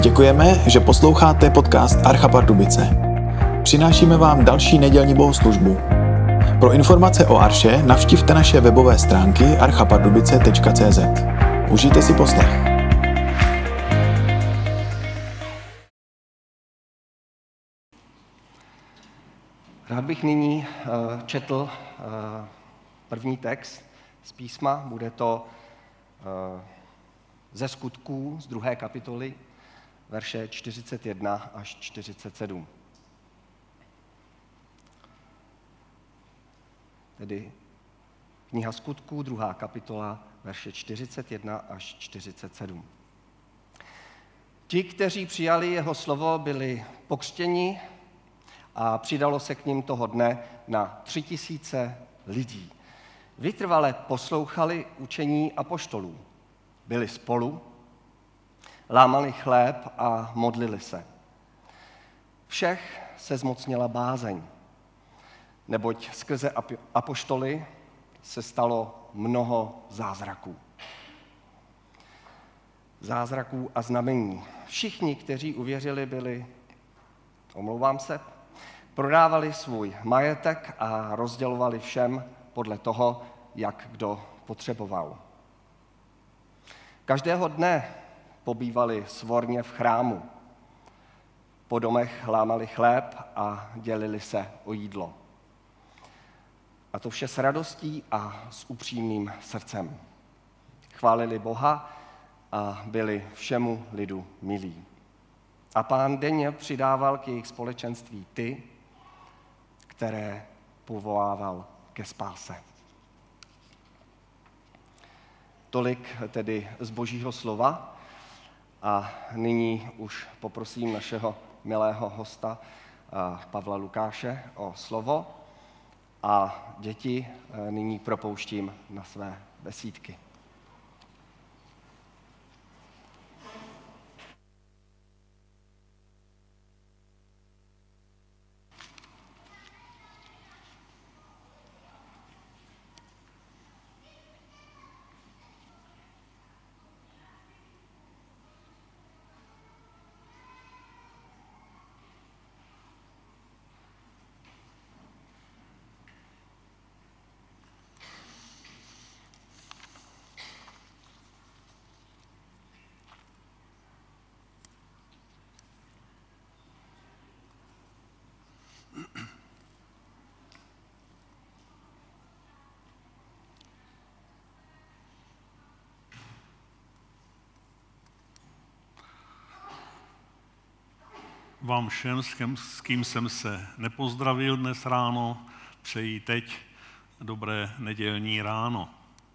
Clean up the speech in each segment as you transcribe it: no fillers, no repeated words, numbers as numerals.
Děkujeme, že posloucháte podcast Archa Pardubice. Přinášíme vám další nedělní bohoslužbu. Pro informace o Arše navštivte naše webové stránky archapardubice.cz. Užijte si poslech. Rád bych nyní četl první text z písma. Bude to ze Skutků z 2. kapitoly, verše 41 až 47. Tedy kniha Skutků, 2. kapitola, verše 41 až 47. Ti, kteří přijali jeho slovo, byli pokřtěni a přidalo se k nim toho dne na 3000 lidí. Vytrvale poslouchali učení apoštolů. Byli spolu, lámali chléb a modlili se. Všech se zmocnila bázeň, neboť skrze apoštoly se stalo mnoho zázraků. Zázraků a znamení. Všichni, kteří uvěřili, prodávali svůj majetek a rozdělovali všem podle toho, jak kdo potřeboval. Každého dne pobývali svorně v chrámu. Po domech lámali chléb a dělili se o jídlo. A to vše s radostí a s upřímným srdcem. Chválili Boha a byli všemu lidu milí. A Pán denně přidával k jejich společenství ty, které povolával ke spáse. Tolik tedy z Božího slova a nyní už poprosím našeho milého hosta Pavla Lukáše o slovo a děti nyní propouštím na své besídky. Vám všem, s kým jsem se nepozdravil dnes ráno, přeji teď dobré nedělní ráno.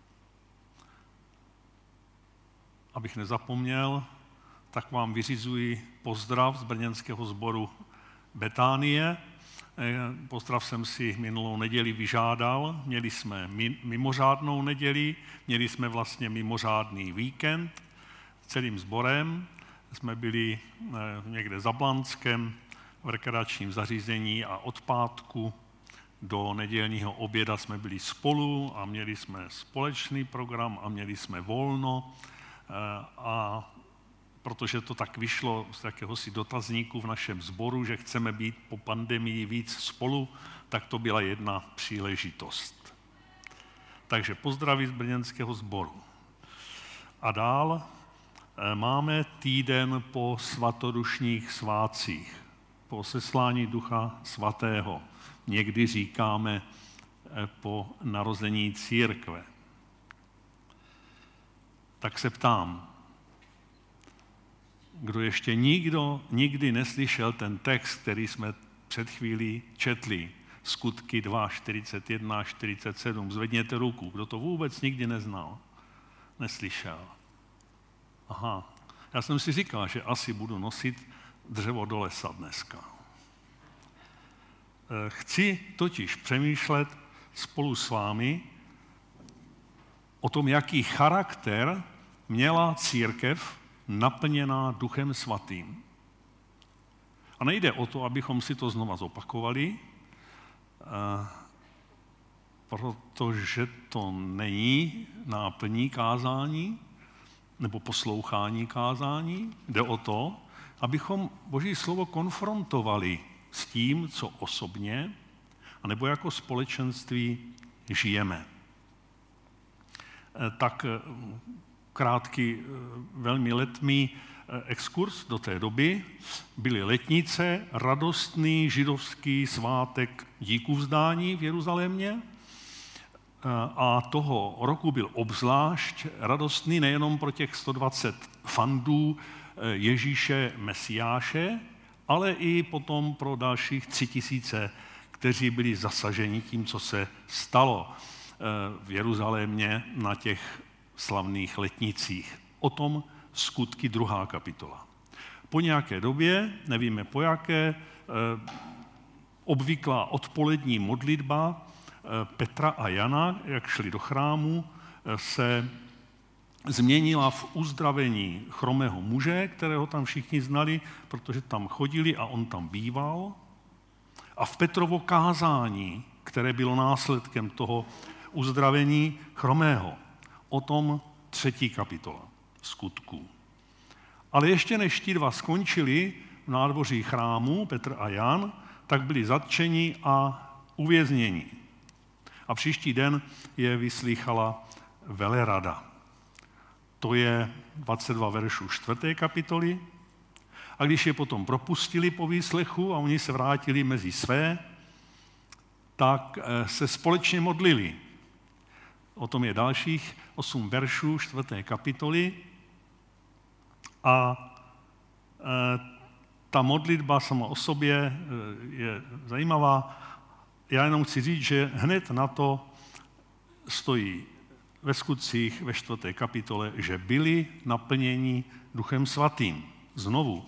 Abych nezapomněl, tak vám vyřizuji pozdrav z brněnského sboru Betánie. Pozdrav jsem si minulou neděli vyžádal. Měli jsme mimořádnou neděli, měli jsme vlastně mimořádný víkend celým sborem. Jsme byli někde za Blanskem v rekreačním zařízení a od pátku do nedělního oběda jsme byli spolu a měli jsme společný program a měli jsme volno. A protože to tak vyšlo z jakéhosi dotazníku v našem sboru, že chceme být po pandemii víc spolu, tak to byla jedna příležitost. Takže pozdraví z brněnského sboru. A dál máme týden po svatodušních svátcích, po seslání Ducha Svatého. Někdy říkáme po narození církve. Tak se ptám, kdo ještě nikdy neslyšel ten text, který jsme před chvílí četli, Skutky 2, 41 a 47. Zvedněte ruku, kdo to vůbec nikdy neznal, neslyšel. Aha, já jsem si říkal, že asi budu nosit dřevo do lesa dneska. Chci totiž přemýšlet spolu s vámi o tom, jaký charakter měla církev naplněná Duchem Svatým. A nejde o to, abychom si to znova zopakovali, protože to není náplní kázání nebo poslouchání kázání. Jde o to, abychom Boží slovo konfrontovali s tím, co osobně, anebo jako společenství žijeme. Tak krátký, velmi letmý exkurs do té doby. Byly letnice, radostný židovský svátek díkuvzdání v Jeruzalémě a toho roku byl obzvlášť radostný nejenom pro těch 120 fandů Ježíše Mesiáše, ale i potom pro dalších 3000, kteří byli zasaženi tím, co se stalo v Jeruzalémě na těch slavných letnicích. O tom Skutky 2. kapitola. Po nějaké době, nevíme po jaké, obvyklá odpolední modlitba Petra a Jana, jak šli do chrámu, se změnila v uzdravení chromého muže, kterého tam všichni znali, protože tam chodili a on tam býval. A v Petrovo kázání, které bylo následkem toho uzdravení chromého. O tom 3. kapitola Skutků. Ale ještě než ti dva skončili v nádvoří chrámu, Petr a Jan, tak byli zatčeni a uvězněni. A příští den je vyslýchala velerada. To je 22 veršů 4. kapitoly. A když je potom propustili po výslechu a oni se vrátili mezi své, tak se společně modlili. O tom je dalších 8 veršů 4. kapitoly. A ta modlitba sama o sobě je zajímavá. Já jenom chci říct, že hned na to stojí ve Skutcích ve 4. kapitole, že byli naplněni Duchem Svatým. Znovu.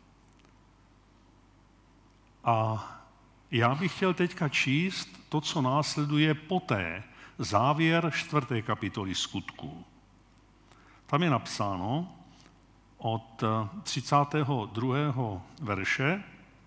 A já bych chtěl teďka číst to, co následuje poté, závěr 4. kapitoly Skutků. Tam je napsáno od 32. verše: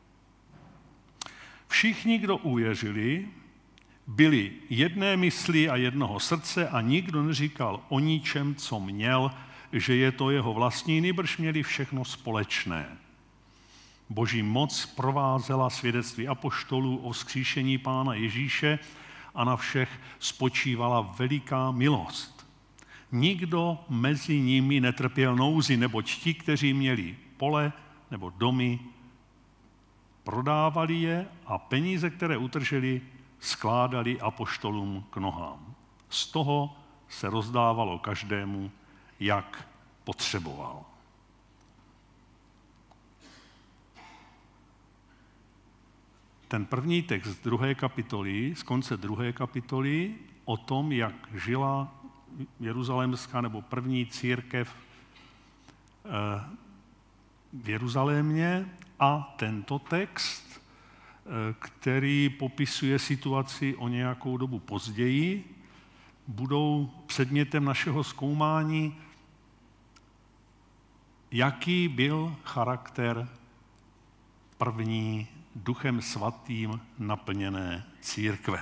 Všichni, kdo uvěřili, byli jedné mysli a jednoho srdce a nikdo neříkal o ničem, co měl, že je to jeho vlastní, nýbrž měli všechno společné. Boží moc provázela svědectví apoštolů o vzkříšení Pána Ježíše a na všech spočívala veliká milost. Nikdo mezi nimi netrpěl nouzi, neboť ti, kteří měli pole nebo domy, prodávali je a peníze, které utrželi, skládali apoštolům k nohám. Z toho se rozdávalo každému, jak potřeboval. Ten první text z 2. kapitoly, z konce 2. kapitoly, o tom, jak žila jeruzalémská nebo první církev v Jeruzalémě, a tento text, který popisuje situaci o nějakou dobu později, budou předmětem našeho zkoumání, jaký byl charakter první Duchem Svatým naplněné církve.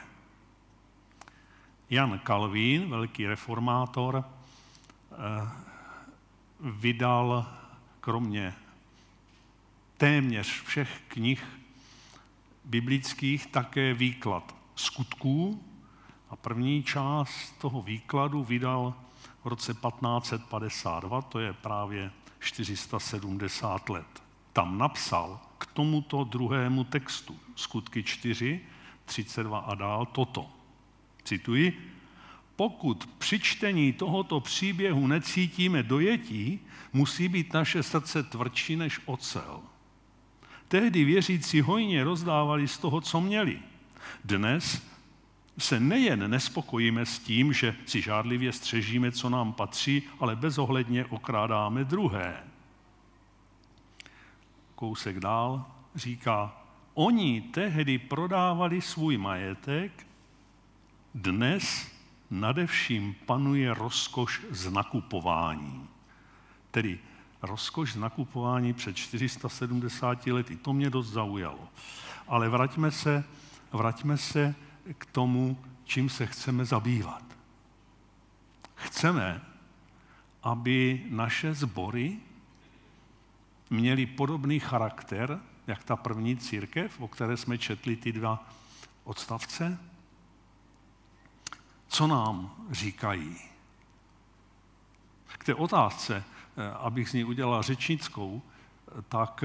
Jan Kalvín, velký reformátor, vydal kromě téměř všech knih biblických také výklad Skutků a první část toho výkladu vydal v roce 1552, to je právě 470 let. Tam napsal k tomuto druhému textu, Skutky 4, 32 a dál, toto. Cituji: Pokud při čtení tohoto příběhu necítíme dojetí, musí být naše srdce tvrdší než ocel. Tehdy věřící hojně rozdávali z toho, co měli. Dnes se nejen nespokojíme s tím, že si žádlivě střežíme, co nám patří, ale bezohledně okrádáme druhé. Kousek dál říká: Oni tehdy prodávali svůj majetek, dnes nadevším panuje rozkoš z nakupování. Tedy rozkoš z nakupování před 470 lety. To mě dost zaujalo. Ale vraťme se k tomu, čím se chceme zabývat. Chceme, aby naše sbory měly podobný charakter, jak ta první církev, o které jsme četli ty 2 odstavce? Co nám říkají? K té otázce, abych z ní udělal řečnickou, tak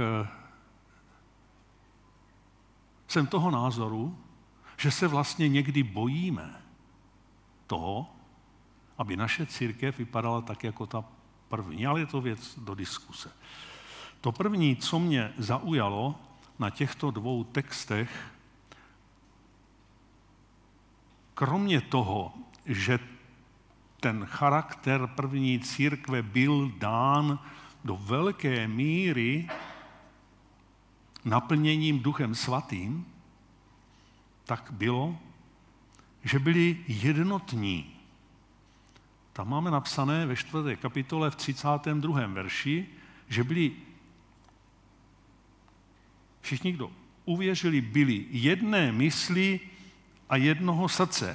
jsem toho názoru, že se vlastně někdy bojíme toho, aby naše církev vypadala tak jako ta první, ale je to věc do diskuse. To první, co mě zaujalo na těchto 2 textech, kromě toho, že ten charakter první církve byl dán do velké míry naplněním Duchem Svatým, tak bylo, že byli jednotní. Tam máme napsané ve 4. kapitole v 32. verši, že byli všichni, kdo uvěřili, byli jedné mysli a jednoho srdce.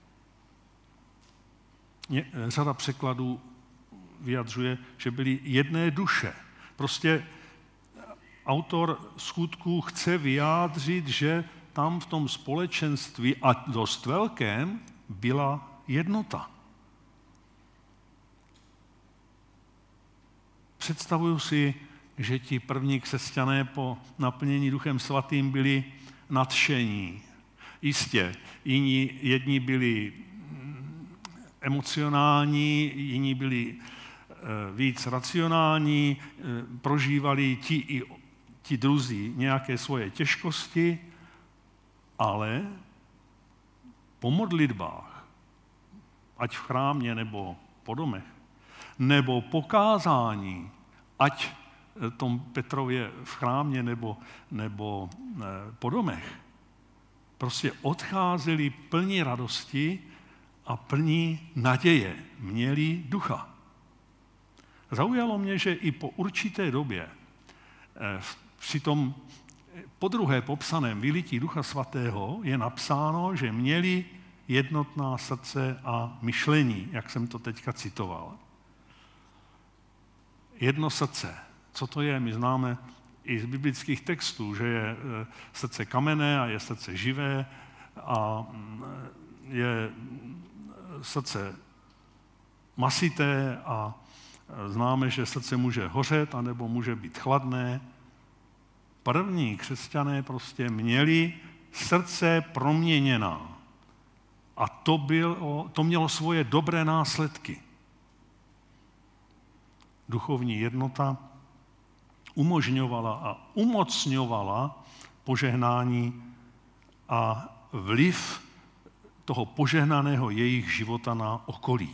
Řada překladů vyjadřuje, že byli jedné duše. Prostě autor Skutků chce vyjádřit, že tam v tom společenství, a dost velkém, byla jednota. Představuju si, že ti první křesťané po naplnění Duchem Svatým byli nadšení. Jistě, jedni byli emocionální, jiní byli víc racionální, prožívali ti druzí nějaké svoje těžkosti, ale po modlitbách, ať v chrámě nebo po domech, nebo po kázání, ať tom Petrově v chrámě nebo po domech, prostě odcházeli plní radosti a plní naděje, měli ducha. Zaujalo mě, že i po určité době při tom podruhé popsaném vylití Ducha Svatého je napsáno, že měli jednotná srdce a myšlení, jak jsem to teďka citoval. Jedno srdce. Co to je? My známe i z biblických textů, že je srdce kamenné a je srdce živé a je srdce masité a známe, že srdce může hořet anebo může být chladné. První křesťané prostě měli srdce proměněná a to mělo svoje dobré následky. Duchovní jednota umožňovala a umocňovala požehnání a vliv toho požehnaného jejich života na okolí.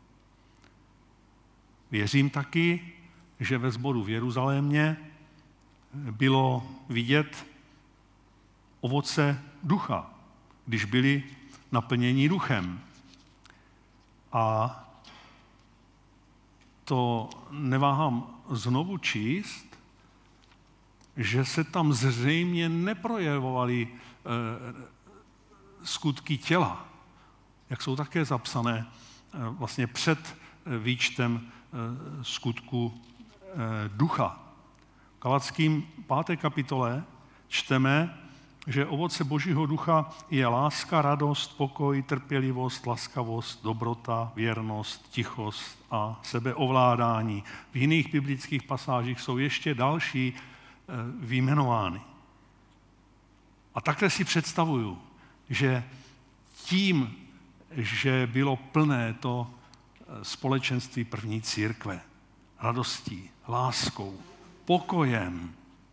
Věřím taky, že ve sboru v Jeruzalémě bylo vidět ovoce ducha, když byli naplněni duchem. A to neváhám znovu číst, že se tam zřejmě neprojevovaly skutky těla, jak jsou také zapsané vlastně před výčtem skutku ducha. V Galackým 5. kapitole čteme, že ovoce Božího ducha je láska, radost, pokoj, trpělivost, laskavost, dobrota, věrnost, tichost a sebeovládání. V jiných biblických pasážích jsou ještě další vyjmenovány. A takhle si představuju, že tím, že bylo plné to společenství první církve, radostí, láskou, pokojem,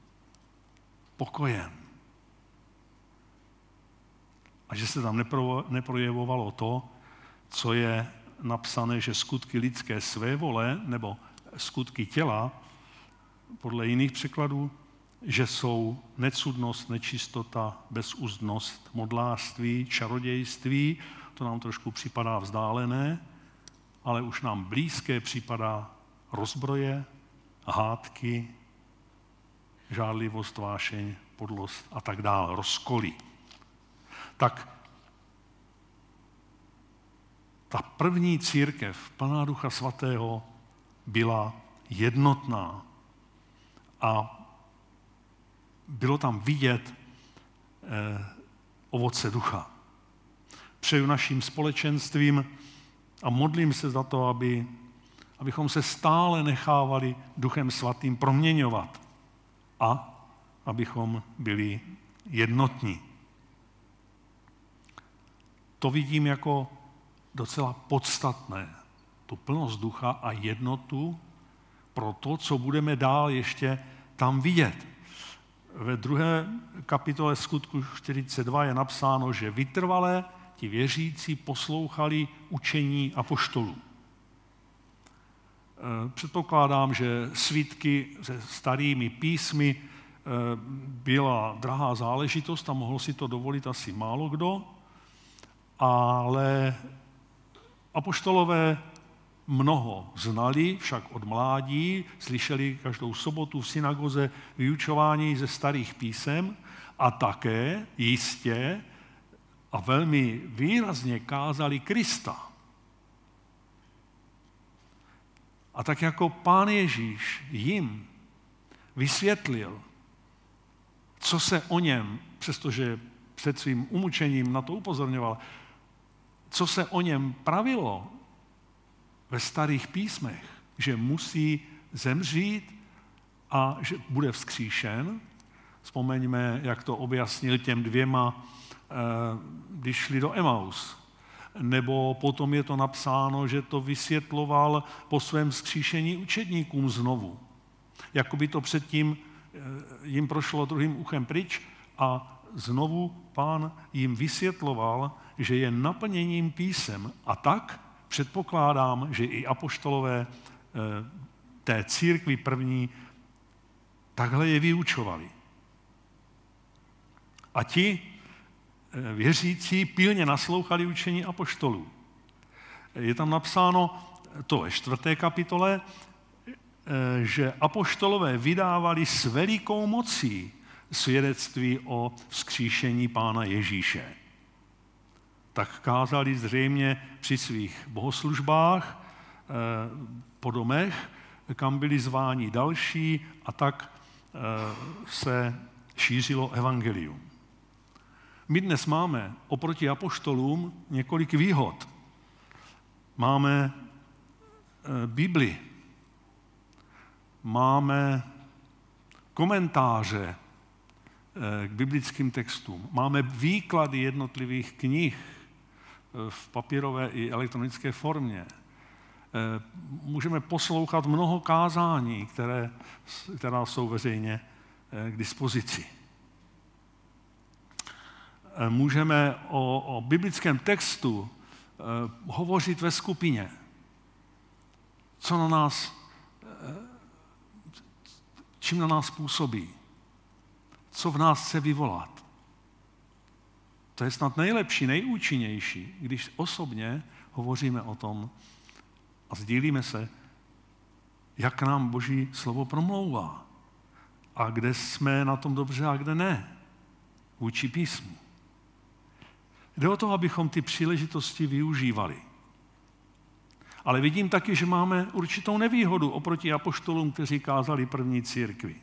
a že se tam neprojevovalo to, co je napsané, že skutky lidské svévole nebo skutky těla, podle jiných překladů, že jsou necudnost, nečistota, bezúzdnost, modlářství, čarodějství, to nám trošku připadá vzdálené, ale už nám blízké připadá rozbroje, hádky, žárlivost, vášeň, podlost a tak dále, rozkoly. Tak ta první církev plná Ducha Svatého byla jednotná a bylo tam vidět ovoce ducha. Přeju našim společenstvím a modlím se za to, abychom se stále nechávali Duchem Svatým proměňovat a abychom byli jednotní. To vidím jako docela podstatné, tu plnost ducha a jednotu pro to, co budeme dál ještě tam vidět. Ve 2. kapitole Skutku 42 je napsáno, že vytrvale ti věřící poslouchali učení apoštolů. Předpokládám, že svitky se starými písmy byla drahá záležitost a mohl si to dovolit asi málo kdo, ale apoštolové mnoho znali, však od mládí, slyšeli každou sobotu v synagoze vyučování ze starých písem a také jistě a velmi výrazně kázali Krista. A tak jako Pán Ježíš jim vysvětlil, co se o něm, přestože před svým umučením na to upozorňoval, co se o něm pravilo ve starých písmech, že musí zemřít a že bude vzkříšen. Vzpomeňme, jak to objasnil těm dvěma, když šli do Emaus. Nebo potom je to napsáno, že to vysvětloval po svém vzkříšení učedníkům znovu. Jakoby to předtím jim prošlo druhým uchem pryč a znovu Pán jim vysvětloval, že je naplněním písem. A tak předpokládám, že i apoštolové té církvi první takhle je vyučovali. A ti věřící pilně naslouchali učení apoštolů. Je tam napsáno, to ve 4. kapitole, že apoštolové vydávali s velikou mocí svědectví o vzkříšení Pána Ježíše. Tak kázali zřejmě při svých bohoslužbách, po domech, kam byli zváni další a tak se šířilo evangelium. My dnes máme oproti apoštolům několik výhod. Máme Bibli, máme komentáře k biblickým textům, máme výklady jednotlivých knih v papírové i elektronické formě. Můžeme poslouchat mnoho kázání, která jsou veřejně k dispozici. Můžeme o biblickém textu hovořit ve skupině. Co na nás, čím na nás působí? Co v nás chce vyvolat? To je snad nejlepší, nejúčinnější, když osobně hovoříme o tom a sdílíme se, jak nám Boží slovo promlouvá a kde jsme na tom dobře a kde ne, vůči písmu. Jde o to, abychom ty příležitosti využívali. Ale vidím taky, že máme určitou nevýhodu oproti apoštolům, kteří kázali první církvi.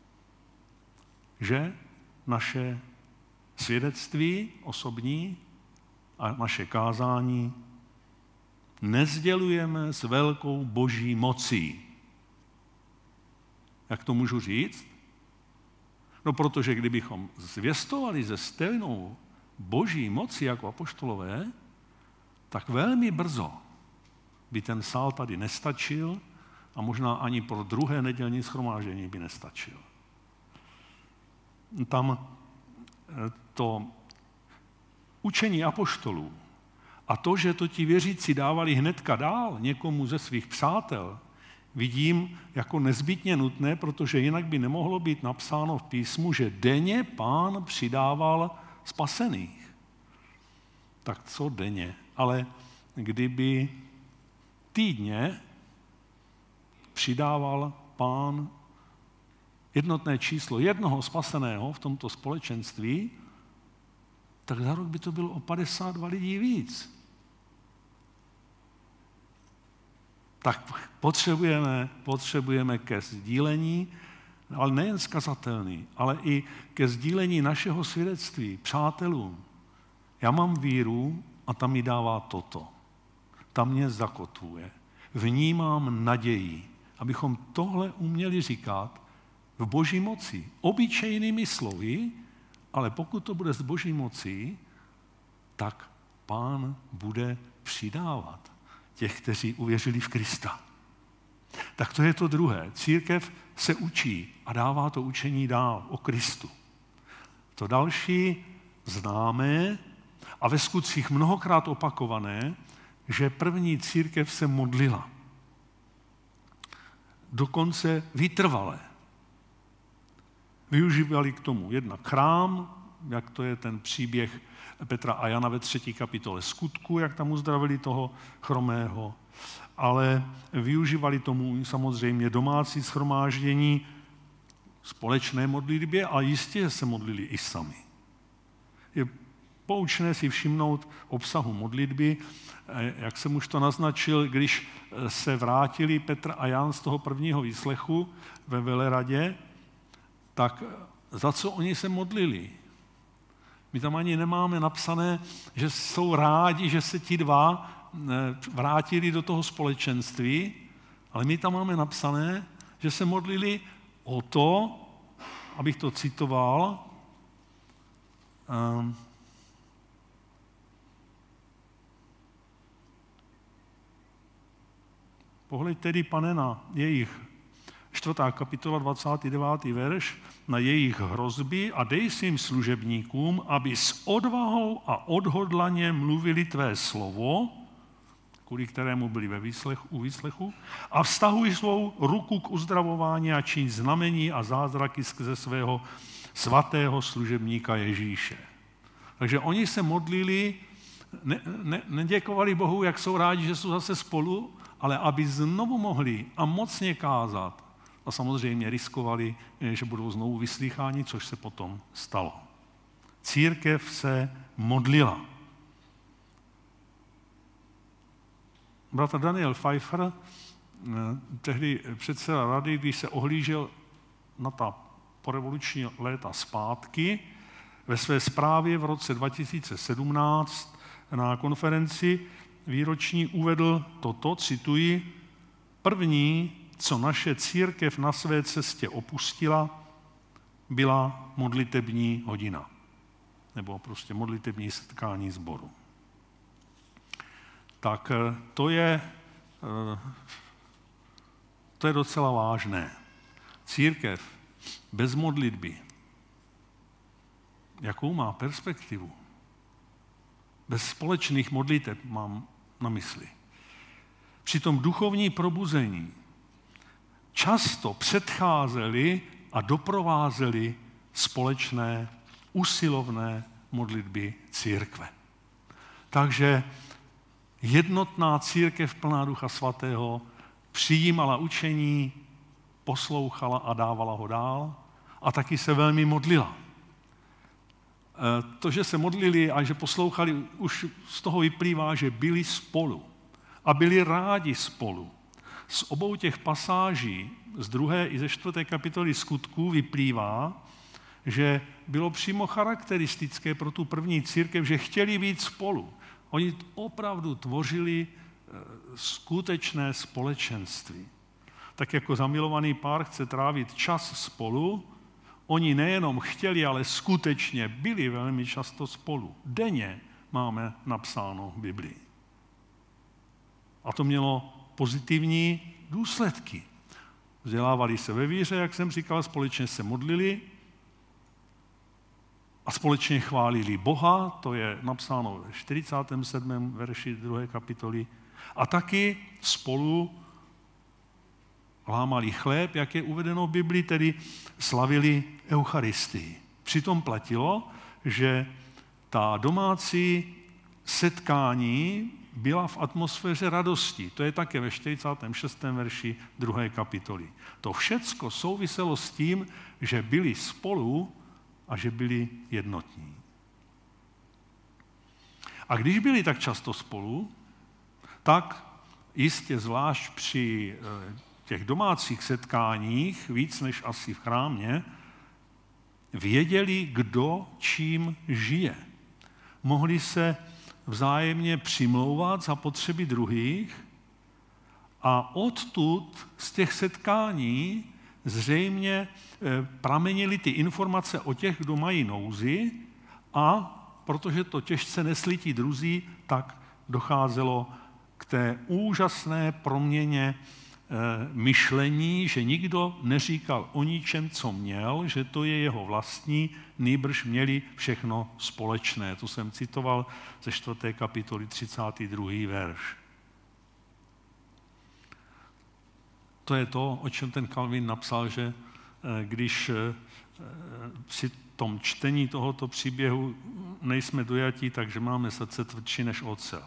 Že naše svědectví osobní a naše kázání nesdělujeme s velkou Boží mocí. Jak to můžu říct? No, protože kdybychom zvěstovali ze stejnou Boží moci jako apoštolové, tak velmi brzo by ten sál tady nestačil a možná ani pro druhé nedělní shromáždění by nestačil. Tam to učení apoštolů a to, že to ti věřící dávali hnedka dál někomu ze svých přátel, vidím jako nezbytně nutné, protože jinak by nemohlo být napsáno v písmu, že denně Pán přidával spasených. Tak co denně? Ale kdyby týdně přidával Pán jednotné číslo jednoho spaseného v tomto společenství, tak za rok by to bylo o 52 lidí víc. Tak potřebujeme ke sdílení ale nejen zkazatelný, ale i ke sdílení našeho svědectví přátelům. Já mám víru a ta mi dává toto. Ta mě zakotvuje. Vnímám naději, abychom tohle uměli říkat v Boží moci. Obyčejnými slovy, ale pokud to bude z Boží moci, tak Pán bude přidávat těch, kteří uvěřili v Krista. Tak to je to druhé. Církev se učí a dává to učení dál o Kristu. To další známé a ve skutcích mnohokrát opakované, že první církev se modlila. Dokonce vytrvale. Využívali k tomu jednak chrám, jak to je ten příběh Petra a Jana ve 3. kapitole Skutku, jak tam uzdravili toho chromého, ale využívali tomu samozřejmě domácí shromáždění, společné modlitbě a jistě se modlili i sami. Je poučné si všimnout obsahu modlitby, jak jsem už to naznačil, když se vrátili Petr a Jan z toho prvního výslechu ve Veleradě, tak za co oni se modlili? My tam ani nemáme napsané, že jsou rádi, že se ti dva vrátili do toho společenství, ale my tam máme napsané, že se modlili o to, abych to citoval, pohled tedy, Pane, na jejich 4. kapitola 29. verš, na jejich hrozby a dej svým služebníkům, aby s odvahou a odhodlaně mluvili tvé slovo, kvůli kterému byli u výslechu, a vztahuj svou ruku k uzdravování a čiň znamení a zázraky skrze svého svatého služebníka Ježíše. Takže oni se modlili, neděkovali Bohu, jak jsou rádi, že jsou zase spolu, ale aby znovu mohli a mocně kázat. A samozřejmě riskovali, že budou znovu vyslýcháni, což se potom stalo. Církev se modlila. Bratr Daniel Pfeiffer, tehdy předseda rady, když se ohlížel na ta porevoluční léta zpátky, ve své zprávě v roce 2017 na konferenci výroční uvedl toto, cituji, první, co naše církev na své cestě opustila, byla modlitební hodina. Nebo prostě modlitební setkání sboru. Tak to je docela vážné. Církev bez modlitby, jakou má perspektivu? Bez společných modliteb mám na mysli. Přitom duchovní probuzení často předcházely a doprovázely společné, usilovné modlitby církve. Takže jednotná církev plná Ducha Svatého přijímala učení, poslouchala a dávala ho dál a taky se velmi modlila. To, že se modlili a že poslouchali, už z toho vyplývá, že byli spolu a byli rádi spolu. Z obou těch pasáží, z 2. i ze 4. kapitoly Skutků vyplývá, že bylo přímo charakteristické pro tu první církev, že chtěli být spolu. Oni opravdu tvořili skutečné společenství. Tak jako zamilovaný pár chce trávit čas spolu, oni nejenom chtěli, ale skutečně byli velmi často spolu. Denně máme napsáno v Biblii. A to mělo pozitivní důsledky. Vzdělávali se ve víře, jak jsem říkal, společně se modlili a společně chválili Boha, to je napsáno ve 47. verši 2. kapitoly, a taky spolu lámali chléb, jak je uvedeno v Biblii, tedy slavili Eucharistii. Přitom platilo, že ta domácí setkání byla v atmosféře radosti. To je také ve 46. verši 2. kapitoly. To všecko souviselo s tím, že byli spolu a že byli jednotní. A když byli tak často spolu, tak jistě zvlášť při těch domácích setkáních, víc než asi v chrámě, věděli, kdo čím žije. Mohli se vzájemně přimlouvat za potřeby druhých a odtud z těch setkání zřejmě pramenily ty informace o těch, kdo mají nouzi, a protože to těžce nesli ti druzí, tak docházelo k té úžasné proměně myšlení, že nikdo neříkal o ničem, co měl, že to je jeho vlastní, nýbrž měli všechno společné. To jsem citoval ze 4. kapitoly 32. verš. To je to, o čem ten Calvin napsal, že když při tom čtení tohoto příběhu nejsme dojatí, takže máme srdce tvrdší než ocel.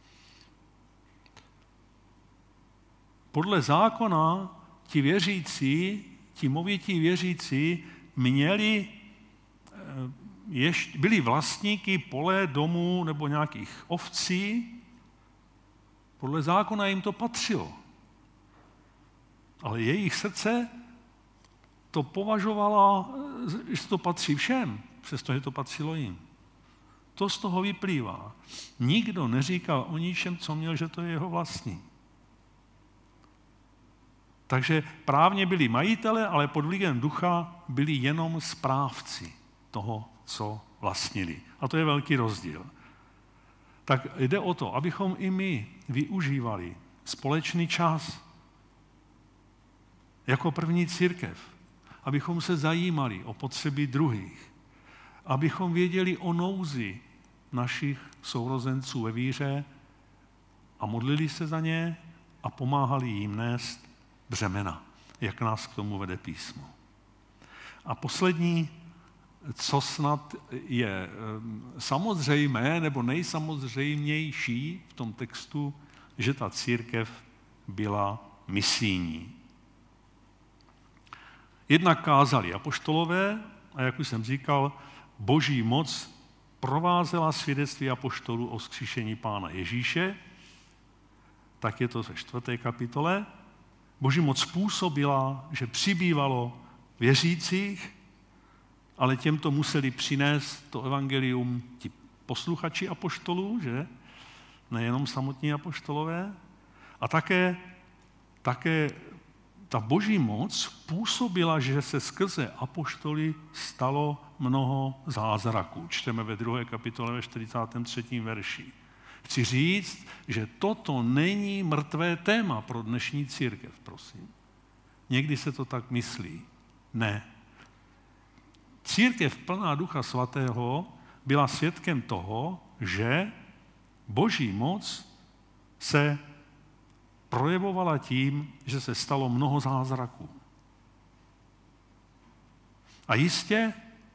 Podle zákona ti věřící, ti movití věřící byli vlastníky pole, domů nebo nějakých ovcí. Podle zákona jim to patřilo. Ale jejich srdce to považovala, že to patří všem, přestože to patřilo jim. To z toho vyplývá. Nikdo neříkal o ničem, co měl, že to je jeho vlastní. Takže právně byli majitele, ale pod vlivem ducha byli jenom správci toho, co vlastnili. A to je velký rozdíl. Tak jde o to, abychom i my využívali společný čas jako první církev, abychom se zajímali o potřeby druhých, abychom věděli o nouzi našich sourozenců ve víře a modlili se za ně a pomáhali jim nést břemena, jak nás k tomu vede písmo. A poslední, co snad je samozřejmé nebo nejsamozřejmější v tom textu, že ta církev byla misijní. Jednak kázali apoštolové a jak už jsem říkal, boží moc provázela svědectví apoštolů o vzkříšení Pána Ježíše, tak je to ve 4. kapitole. Boží moc způsobila, že přibývalo věřících, ale těmto museli přinést to evangelium ti posluchači apoštolů, že? Nejenom samotní apoštolové. A také ta boží moc působila, že se skrze apoštoly stalo mnoho zázraků. Čteme ve 2. kapitole ve 43. verši. Chci říct, že toto není mrtvé téma pro dnešní církev, prosím. Někdy se to tak myslí. Ne. Církev plná Ducha Svatého byla svědkem toho, že boží moc se projevovala tím, že se stalo mnoho zázraků. A jistě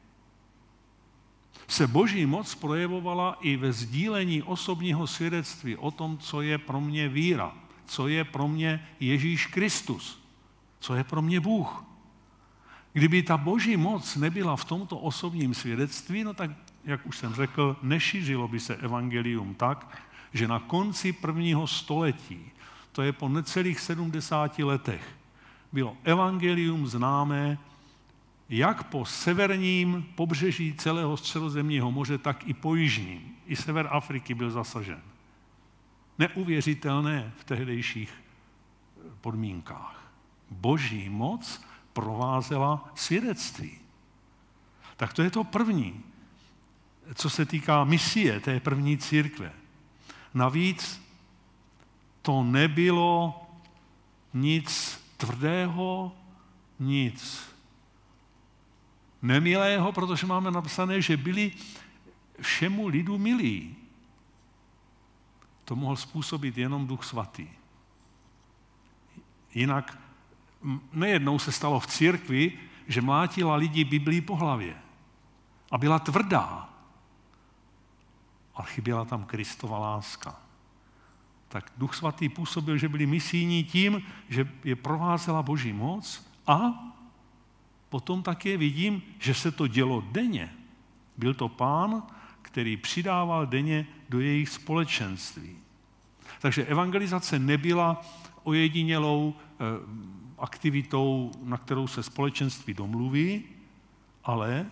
se boží moc projevovala i ve sdílení osobního svědectví o tom, co je pro mě víra, co je pro mě Ježíš Kristus, co je pro mě Bůh. Kdyby ta boží moc nebyla v tomto osobním svědectví, no tak, jak už jsem řekl, nešířilo by se evangelium tak, že na konci 1. století, to je po necelých 70 letech, bylo evangelium známé jak po severním pobřeží celého Středozemního moře, tak i po jižním. I sever Afriky byl zasažen. Neuvěřitelné v tehdejších podmínkách. Boží moc provázela svědectví. Tak to je to první, co se týká misie té první církve. Navíc to nebylo nic tvrdého, nic nemilého, protože máme napsané, že byli všemu lidu milí. To mohl způsobit jenom Duch Svatý. Jinak nejednou se stalo v církvi, že mlátila lidi Biblii po hlavě. A byla tvrdá. A chyběla tam Kristova láska. Tak Duch Svatý působil, že byli misijní tím, že je provázela boží moc a potom také vidím, že se to dělo denně. Byl to Pán, který přidával denně do jejich společenství. Takže evangelizace nebyla ojedinělou aktivitou, na kterou se společenství domluví, ale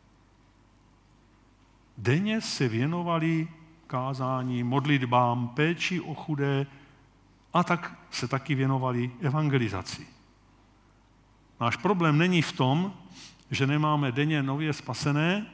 denně se věnovali kázání, modlitbám, péči o chudé a tak se taky věnovali evangelizaci. Náš problém není v tom, že nemáme denně nově spasené,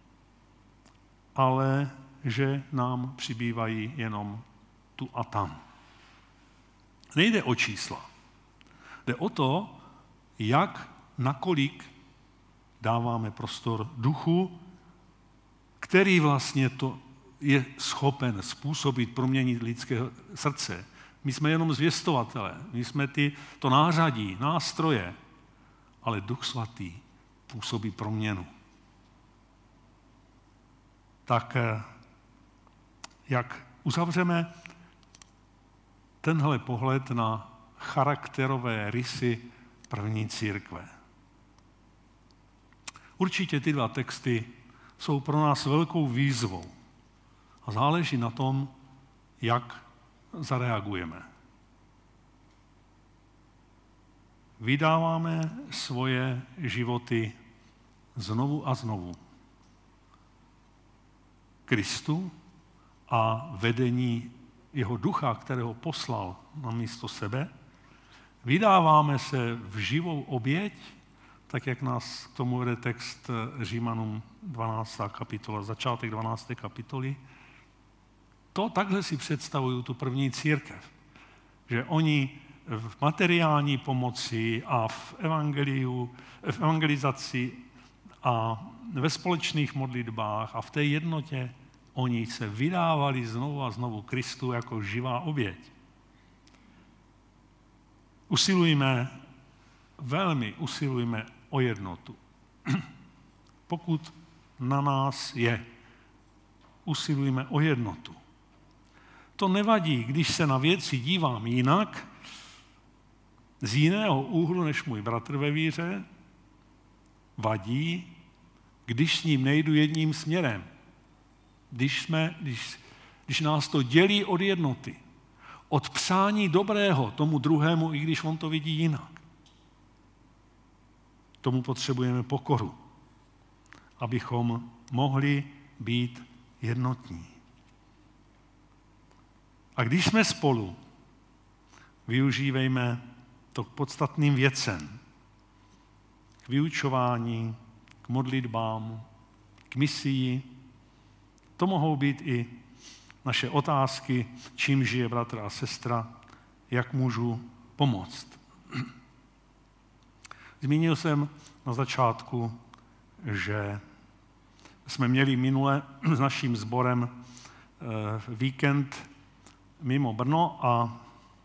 ale že nám přibývají jenom tu a tam. Nejde o čísla. Jde o to, jak, nakolik dáváme prostor duchu, který vlastně to je schopen způsobit, proměnit lidské srdce. My jsme jenom zvěstovatelé, my jsme to nářadí, nástroje, ale Duch Svatý působí proměnu. Tak jak uzavřeme tenhle pohled na charakterové rysy první církve. Určitě ty dva texty jsou pro nás velkou výzvou a záleží na tom, jak zareagujeme. Vydáváme svoje životy znovu a znovu Kristu a vedení jeho ducha, kterého poslal na místo sebe. Vydáváme se v živou oběť, tak jak nás k tomu vede text Římanům 12. kapitola, začátek 12. kapitoly. To takhle si představují tu první církev, že oni v materiální pomoci a v evangelizaci a ve společných modlitbách a v té jednotě oni se vydávali znovu a znovu Kristu jako živá oběť. Velmi usilujme o jednotu. Pokud na nás je, usilujme o jednotu. To nevadí, když se na věci dívám jinak, z jiného úhlu než můj bratr ve víře, vadí, když s ním nejdu jedním směrem. Když nás to dělí od jednoty, od přání dobrého tomu druhému, i když on to vidí jinak. Tomu potřebujeme pokoru, abychom mohli být jednotní. A když jsme spolu, využívejme to k podstatným věcem, k vyučování, k modlitbám, k misii. To mohou být i naše otázky, čím žije bratr a sestra, jak můžu pomoct. Zmínil jsem na začátku, že jsme měli minule s naším sborem víkend mimo Brno a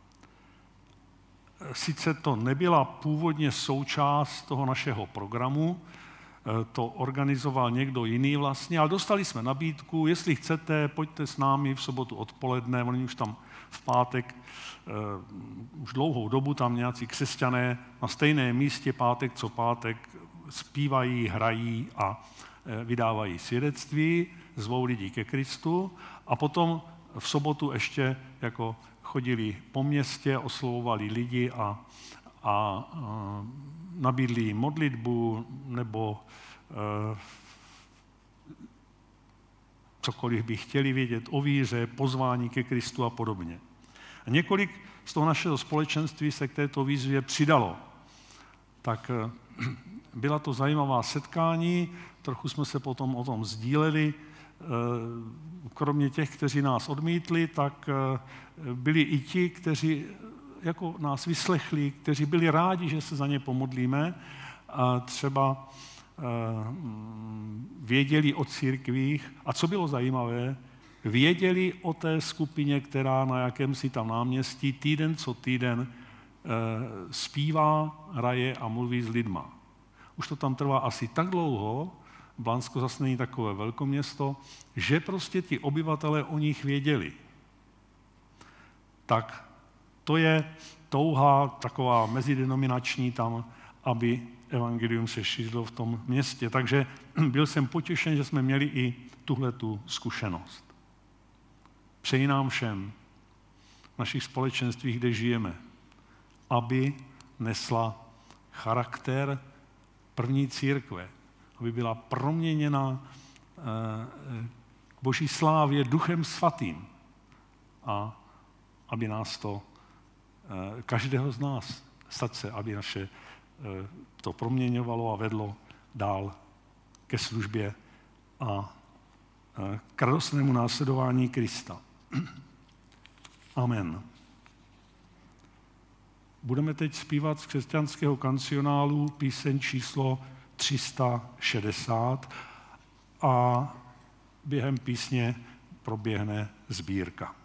sice to nebyla původně součást toho našeho programu, to organizoval někdo jiný vlastně, ale dostali jsme nabídku, jestli chcete, pojďte s námi v sobotu odpoledne, oni už tam v pátek, už dlouhou dobu tam nějací křesťané na stejném místě pátek co pátek zpívají, hrají a vydávají svědectví, zvou lidi ke Kristu a potom v sobotu ještě jako chodili po městě, oslovovali lidi a nabídli jim modlitbu nebo cokoliv by chtěli vědět o víře, pozvání ke Kristu a podobně. A několik z toho našeho společenství se k této výzvě přidalo. Tak byla to zajímavá setkání, trochu jsme se potom o tom sdíleli. Kromě těch, kteří nás odmítli, tak byli i ti, kteří jako nás vyslechli, kteří byli rádi, že se za ně pomodlíme. A třeba věděli o církvích a co bylo zajímavé, věděli o té skupině, která na jakémsi tam náměstí týden co týden zpívá, hraje a mluví s lidma. Už to tam trvá asi tak dlouho, Blansko zase není takové velkoměsto, že prostě ti obyvatelé o nich věděli. Tak to je touha taková mezidenominační tam, aby evangelium se šířilo v tom městě. Takže byl jsem potěšen, že jsme měli i tuhletu zkušenost. Přeji nám všem v našich společenstvích, kde žijeme, aby nesla charakter první církve, aby byla proměněna k Boží slávě Duchem Svatým a aby nás to, každého z nás, srdce, aby naše to proměňovalo a vedlo dál ke službě a k radostnému následování Krista. Amen. Budeme teď zpívat z křesťanského kancionálu píseň číslo 360 a během písně proběhne sbírka.